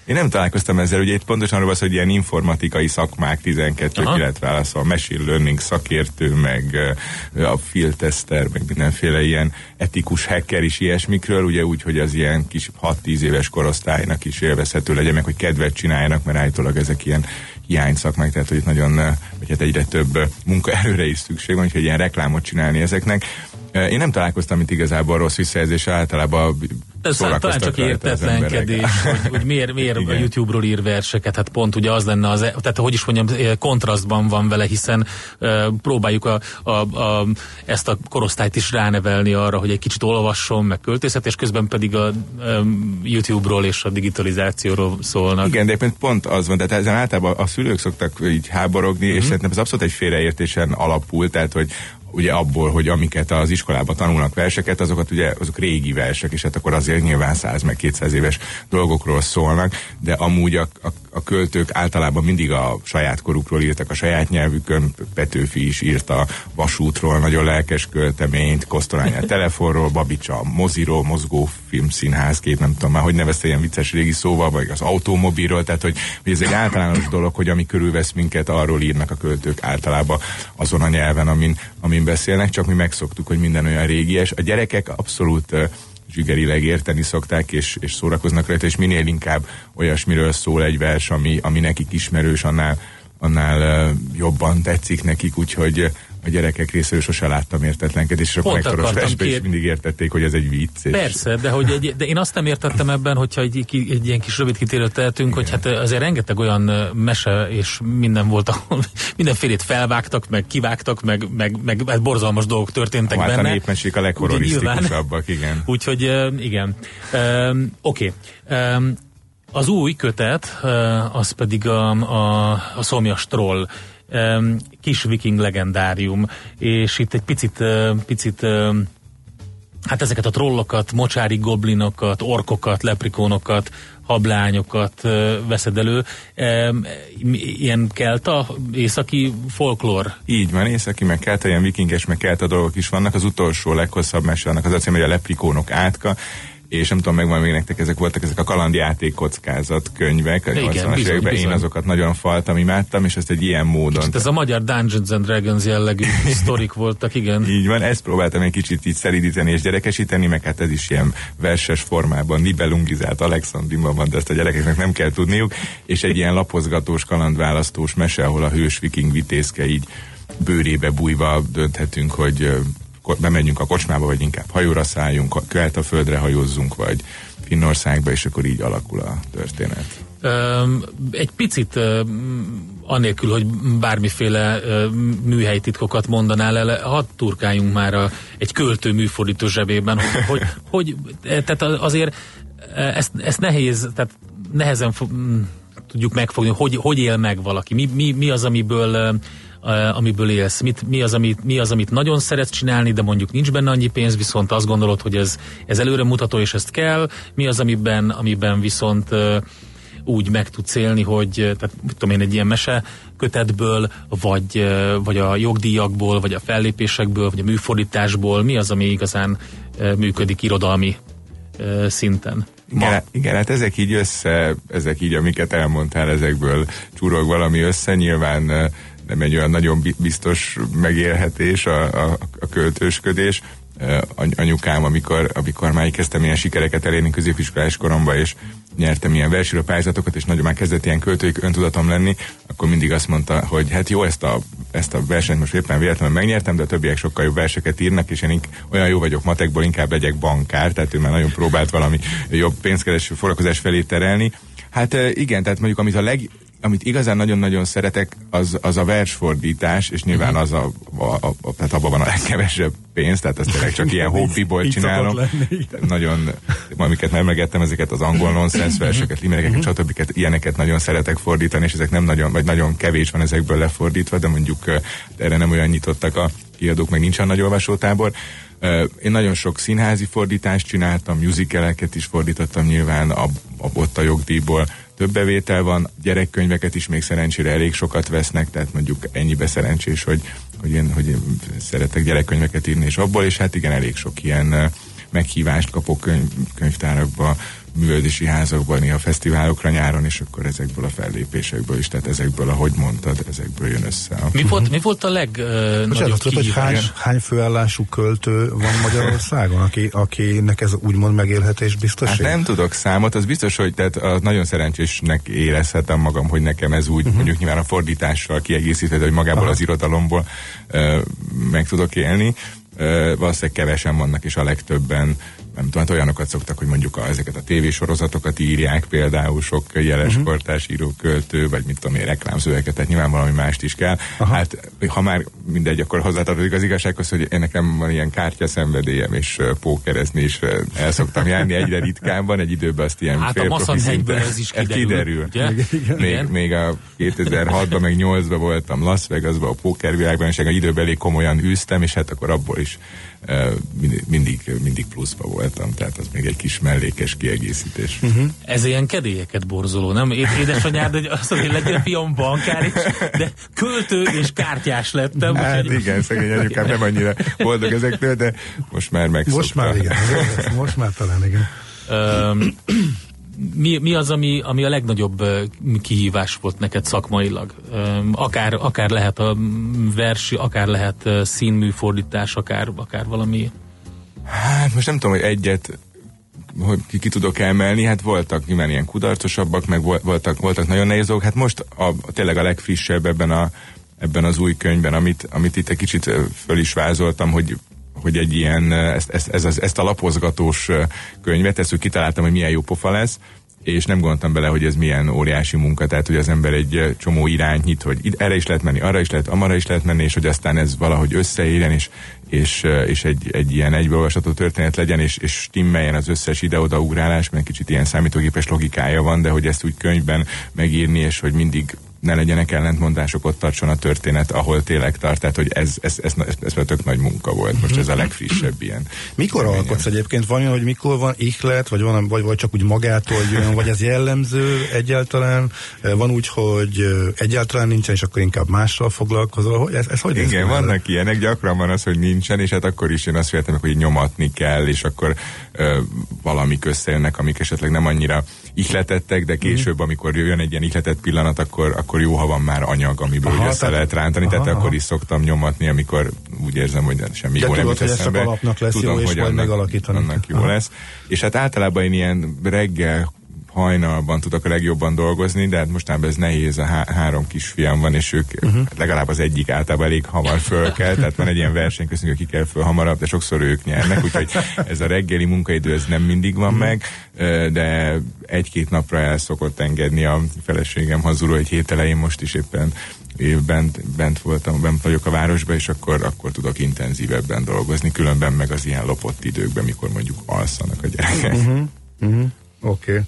Én nem találkoztam ezzel, ugye itt pontosan arról az, hogy ilyen informatikai szakmák 12 illetve válaszol, machine learning szakértő, meg a field tester, meg mindenféle ilyen etikus hacker is ilyesmikről, ugye úgy, hogy az ilyen kis 6-10 éves korosztálynak is élvezhető legyen, meg hogy kedvet csináljanak, mert állítólag ezek ilyen hiányszakmák, tehát hogy nagyon, vagy hát egyre több munkaerőre is szükség van, hogy ilyen reklámot csinálni ezeknek. Én nem találkoztam itt igazából rossz visszajelzés, általában talán csak értetlenkedés, hogy miért a YouTube-ról ír verseket, hát pont ugye az lenne, tehát hogy is mondjam, kontrasztban van vele, hiszen próbáljuk ezt a korosztályt is ránevelni arra, hogy egy kicsit olvasson, meg költészet, és közben pedig a YouTube-ról és a digitalizációról szólnak. Igen, de pont az van, tehát ezen általában a szülők szoktak így háborogni, és szerintem ez abszolút egy félreértésen alapul, tehát hogy ugye abból, hogy amiket az iskolában tanulnak verseket, azokat ugye, azok régi versek, és hát akkor azért nyilván 100 meg 200 éves dolgokról szólnak, de amúgy a költők általában mindig a saját korukról írtak, a saját nyelvükön. Petőfi is írt a vasútról nagyon lelkes költeményt, Kosztolány a telefonról, Babics a moziról, mozgófilm színházkép, nem tudom már, hogy nevezte ilyen vicces régi szóval, vagy az automobilról, tehát hogy ez egy általános dolog, hogy ami körülvesz minket, arról írnak a költők általában azon a nyelven, amin beszélnek, csak mi megszoktuk, hogy minden olyan régies. A gyerekek abszolút zsigerileg érteni szokták, és szórakoznak rajta, és minél inkább olyasmiről szól egy vers, ami nekik ismerős, annál jobban tetszik nekik, úgyhogy a gyerekek részéről sose láttam értetlenkedést, és akkor megtoros versbe is mindig értették, hogy ez egy vicc. Persze, de én azt nem értettem ebben, hogyha egy ilyen kis rövid kitérőt tehetünk, hogy hát azért rengeteg olyan mese és minden volt, ahol mindenfélét felvágtak, meg kivágtak, meg borzalmas dolgok történtek benne. Hát a népmesék a leghorrorisztikusabbak, igen. Úgyhogy igen. Oké. Az új kötet, az pedig a Szomjas Troll, kis viking legendárium, és itt egy picit hát ezeket a trollokat, mocsári goblinokat, orkokat, leprikónokat, hablányokat veszed elő. Ilyen kelta, északi folklór? Így van, északi, meg kelta, ilyen vikinges, meg kelta dolgok is vannak. Az utolsó leghosszabb mese annak az a cím, hogy a leprikónok átka, és nem tudom, megvan még nektek, ezek voltak ezek a kalandjáték kockázat könyvek, a 80-as években én azokat nagyon faltam, imádtam, és ezt egy ilyen módon. És ez a magyar Dungeons and Dragons jellegű sztorik voltak, igen. Így van, ezt próbáltam egy kicsit így szelídíteni és gyerekesíteni, meg hát ez is ilyen verses formában, nibelungizált Alexandrimban van, de ezt a gyerekeknek nem kell tudniuk, és egy ilyen lapozgatós, kalandválasztós mese, ahol a hős viking vitézke így bőrébe bújva dönthetünk, hogy bemegyünk a kocsmába, vagy inkább hajóra szálljunk, kelt a földre hajózzunk, vagy Finnországba, és akkor így alakul a történet. Egy picit annélkül, hogy bármiféle műhelytitkokat mondanál el, hadd turkáljunk már egy költő műfordító zsebében, hogy tehát azért ezt nehéz, tehát nehezen tudjuk megfogni, hogy él meg valaki, mi az, amiből élsz, mi az, amit nagyon szeretsz csinálni, de mondjuk nincs benne annyi pénz, viszont azt gondolod, hogy ez előremutató, és ezt kell, mi az, amiben viszont úgy meg tudsz élni, hogy tehát, tudom én, egy ilyen mese kötetből, vagy a jogdíjakból, vagy a fellépésekből, vagy a műfordításból, mi az, ami igazán működik irodalmi szinten? Igen, hát ezek így, amiket elmondtál, ezekből csúrog valami össze, nyilván nem egy olyan nagyon biztos megélhetés a költősködés. Anyukám, amikor már kezdtem ilyen sikereket elérni középiskolás koromban, és nyertem ilyen versíró pályázatokat, és nagyon már kezdett ilyen költői öntudatom lenni, akkor mindig azt mondta, hogy hát jó, ezt a versenyt most éppen véletlenül megnyertem, de a többiek sokkal jobb verseket írnak, és én olyan jó vagyok matekból, inkább legyek bankár, tehát ő már nagyon próbált valami jobb pénzkereső foglalkozás felé terelni. Hát igen, tehát mondjuk amit igazán nagyon-nagyon szeretek, az a versfordítás, és nyilván az tehát abban van a legkevesebb pénz, tehát ezt tényleg csak ilyen hobbiból csinálom. Nagyon, amiket emlegettem, ezeket az angol nonsense verseket, limerekeket, stb. Ilyeneket nagyon szeretek fordítani, és ezek nem nagyon, vagy nagyon kevés van ezekből lefordítva, de mondjuk erre nem olyan nyitottak a kiadók, meg nincsen nagy olvasótábor. Én nagyon sok színházi fordítást csináltam, musicaleket is fordítottam, nyilván ott a jogdíjból több bevétel van, gyerekkönyveket is még szerencsére elég sokat vesznek, tehát mondjuk ennyibe szerencsés, hogy én szeretek gyerekkönyveket írni, és abból, és hát igen, elég sok ilyen meghívást kapok könyvtárakba, művelődési házakban, a fesztiválokra nyáron, és akkor ezekből a fellépésekből is, tehát ezekből, ahogy mondtad, ezekből jön össze. Mi volt a legnagyobb kihívás? Hány főállású költő van Magyarországon, akinek ez úgymond megélhetés biztosít? Hát nem tudok számot, az biztos, hogy tehát nagyon szerencsésnek érezhetem magam, hogy nekem ez úgy, mondjuk nyilván a fordítással kiegészíthető, hogy magából az irodalomból meg tudok élni. Valószínűleg kevesen vannak, és a legtöbben nem tudom, hát olyanokat szoktak, hogy mondjuk ezeket a tévésorozatokat írják, például sok jeles kortárs író, költő, vagy mit tudom én, reklámszövegeket, tehát nyilván valami mást is kell. Aha. Hát, ha már mindegy, akkor hozzátartozik az igazsághoz, hogy én nekem van ilyen kártyaszenvedélyem, és pókerezni is el szoktam járni egyre ritkábban, egy időben azt ilyen hát a Maszanhegyből ez is kiderül. Még a 2006-ban, meg 2008-ban voltam Las Vegasban, a pókervilágban, és egy időben elég komolyan űztem, és hát akkor abból is mindig pluszba voltam, tehát az még egy kis mellékes kiegészítés. Ez ilyen kedélyeket borzoló, nem? Édesanyád, hogy azt mondja, hogy legyen fiam bankár is, de költő és kártyás lettem. Hát igen, szegény anyukám nem annyira boldog ezektől, de most már megszokta. Most már igen, most már talán igen. Mi az, ami a legnagyobb kihívás volt neked szakmailag? Akár lehet a versi, akár lehet színműfordítás, akár valami... Hát most nem tudom, hogy egyet hogy ki tudok emelni, hát voltak nyilván ilyen kudarcosabbak, meg voltak nagyon nehéz dolgok. Hát most tényleg a legfrissebb ebben az új könyvben, amit itt egy kicsit föl is vázoltam, hogy egy ilyen, ezt a lapozgatós könyvet, ezt úgy kitaláltam, hogy milyen jó pofa lesz, és nem gondoltam bele, hogy ez milyen óriási munka, tehát hogy az ember egy csomó irányt nyit, hogy erre is lehet menni, arra is lehet, amarra is lehet menni, és hogy aztán ez valahogy összeérjen, és egy ilyen egybeolvasható történet legyen, és stimmeljen az összes ide-oda ugrálás, mert kicsit ilyen számítógépes logikája van, de hogy ezt úgy könyvben megírni, és hogy mindig ne legyenek ellentmondások, ott tartson a történet, ahol tényleg tart, tehát hogy ez tök nagy munka volt, most ez a legfrissebb ilyen. Mikor alkotsz egyébként? Van olyan, hogy mikor van ihlet, vagy csak úgy magától jön, vagy ez jellemző egyáltalán? Van úgy, hogy egyáltalán nincsen, és akkor inkább mással foglalkozol? Ez hogy igen, vannak ilyenek, gyakran van az, hogy nincsen, és hát akkor is én azt féltem meg, hogy nyomatni kell, és akkor valamik összejönnek, amik esetleg nem annyira ihletettek, de később, amikor jön egy ilyen ihletett pillanat, akkor jó, ha van már anyag, amiből össze lehet rántani, tehát akkor is szoktam nyomatni, amikor úgy érzem, hogy semmi jó nem jut eszembe. Tudom, hogy annak jó lesz. És hát általában én ilyen reggel, hajnalban tudok a legjobban dolgozni, de hát mostában ez nehéz, a 3 kisfiam van, és ők legalább az egyik általában elég hamar föl kell, tehát van egy ilyen verseny köztünk, aki kell föl hamarabb, de sokszor ők nyernek, úgyhogy ez a reggeli munkaidő, ez nem mindig van meg, de 1-2 napra el szokott engedni a feleségem hazuló, egy hét elején most is éppen bent vagyok a városban, és akkor tudok intenzívebben dolgozni, különben meg az ilyen lopott időkben, mikor mondjuk alszanak a gyerekek. Oké.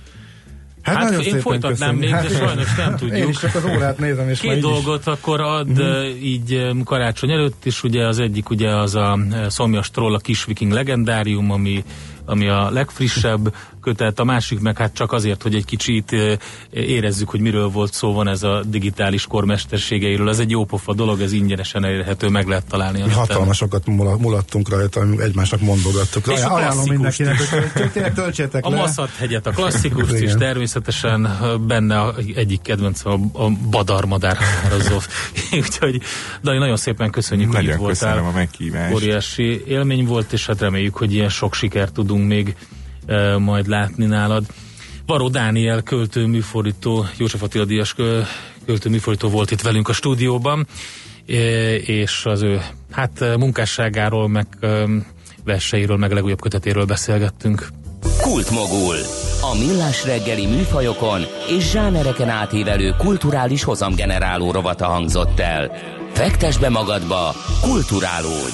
Hát én folytatnám még, de sajnos nem tudjuk. Én is csak az órát nézem, és 2 dolgot akkor add így karácsony előtt is, ugye az egyik ugye az a Szomjas Troll, a Kis Viking legendárium, ami a legfrissebb kötet, a másik meg hát csak azért, hogy egy kicsit érezzük, hogy miről volt szó, van ez a digitális kor mesterségeiről. Ez egy jópofa dolog, ez ingyenesen elérhető, meg lehet találni. Mi hatalmasokat mulattunk rajta, egymásnak mondogattuk. És ajánlom mindenkinek, hogy töltsétek le. A Maszat-hegyet, a klasszikust is, természetesen benne egyik kedvencem a Badarmadár határozó. Úgyhogy Dani, nagyon szépen köszönjük, hogy itt voltál. A meghívást. Óriási élmény volt, és hát reméljük, hogy ilyen sok sikert tudunk még majd látni nálad. Varó Dániel költő műfordító, József Attila díjas költő műfordító volt itt velünk a stúdióban, és az ő munkásságáról, meg verseiről, meg legújabb kötetéről beszélgettünk. Kultmogul. A millás reggeli műfajokon és zsánereken átívelő kulturális hozamgeneráló rovata hangzott el. Fektesd be magadba, kulturálódj!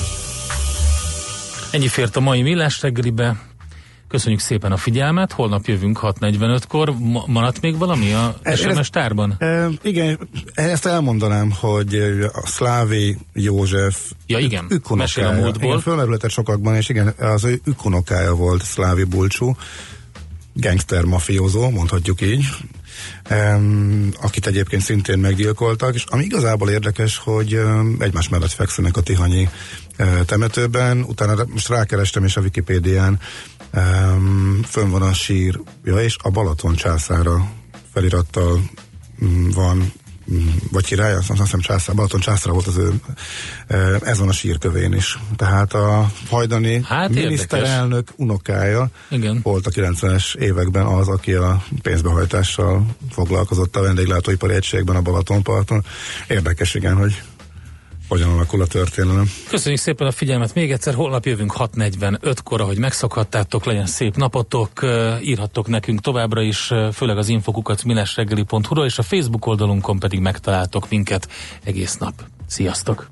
Ennyi fért a mai millás reggelibe. Köszönjük szépen a figyelmet, holnap jövünk 6:45-kor. Maradt még valami a SMS tárban? Igen, ezt elmondanám, hogy a Szlávi József mesél a múltból. Igen, fölmerülhetett sokakban, és igen, az ő ükunokája volt Szlávi Bulcsú, gangster mafiózó, mondhatjuk így. akit egyébként szintén meggyilkoltak, és ami igazából érdekes, hogy egymás mellett fekszenek a tihanyi temetőben, utána most rákerestem, és a Wikipédián fönn van a sírja, és a Balaton császára felirattal van, vagy királya, azt hiszem császár, Balaton császára volt az ő, ez van a sírkövén is. Tehát a hajdani miniszterelnök unokája volt a 90-es években az, aki a pénzbehajtással foglalkozott a vendéglátóipari egységben a Balatonparton. Érdekes, igen, hogy hogyan alakul a történelem. Köszönjük szépen a figyelmet még egyszer, holnap jövünk 6:45-kor, ahogy megszokhattátok, legyen szép napotok, írhattok nekünk továbbra is, főleg az info@millásreggeli.hu-ra, és a Facebook oldalunkon pedig megtaláltok minket egész nap. Sziasztok!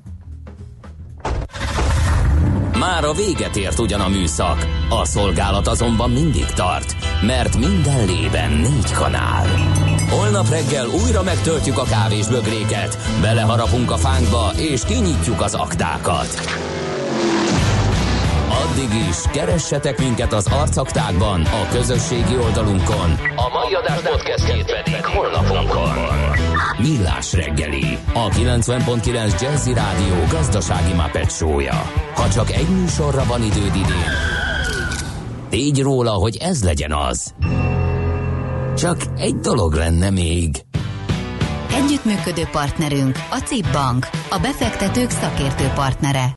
Már a véget ért ugyan a műszak, a szolgálat azonban mindig tart, mert minden lében 4 kanál. Holnap reggel újra megtöltjük a kávésbögréket, beleharapunk a fánkba és kinyitjuk az aktákat. Addig is keressetek minket az arcaktákban, a közösségi oldalunkon. A mai adás podcastjét pedig holnapunkon. Millás reggeli, a 90.9 Jazzy Rádió gazdasági Muppet show-ja. Ha csak egy műsorra van időd idén, tégy róla, hogy ez legyen az. Csak egy dolog lenne még. Együttműködő partnerünk a CIP Bank, a befektetők szakértő partnere.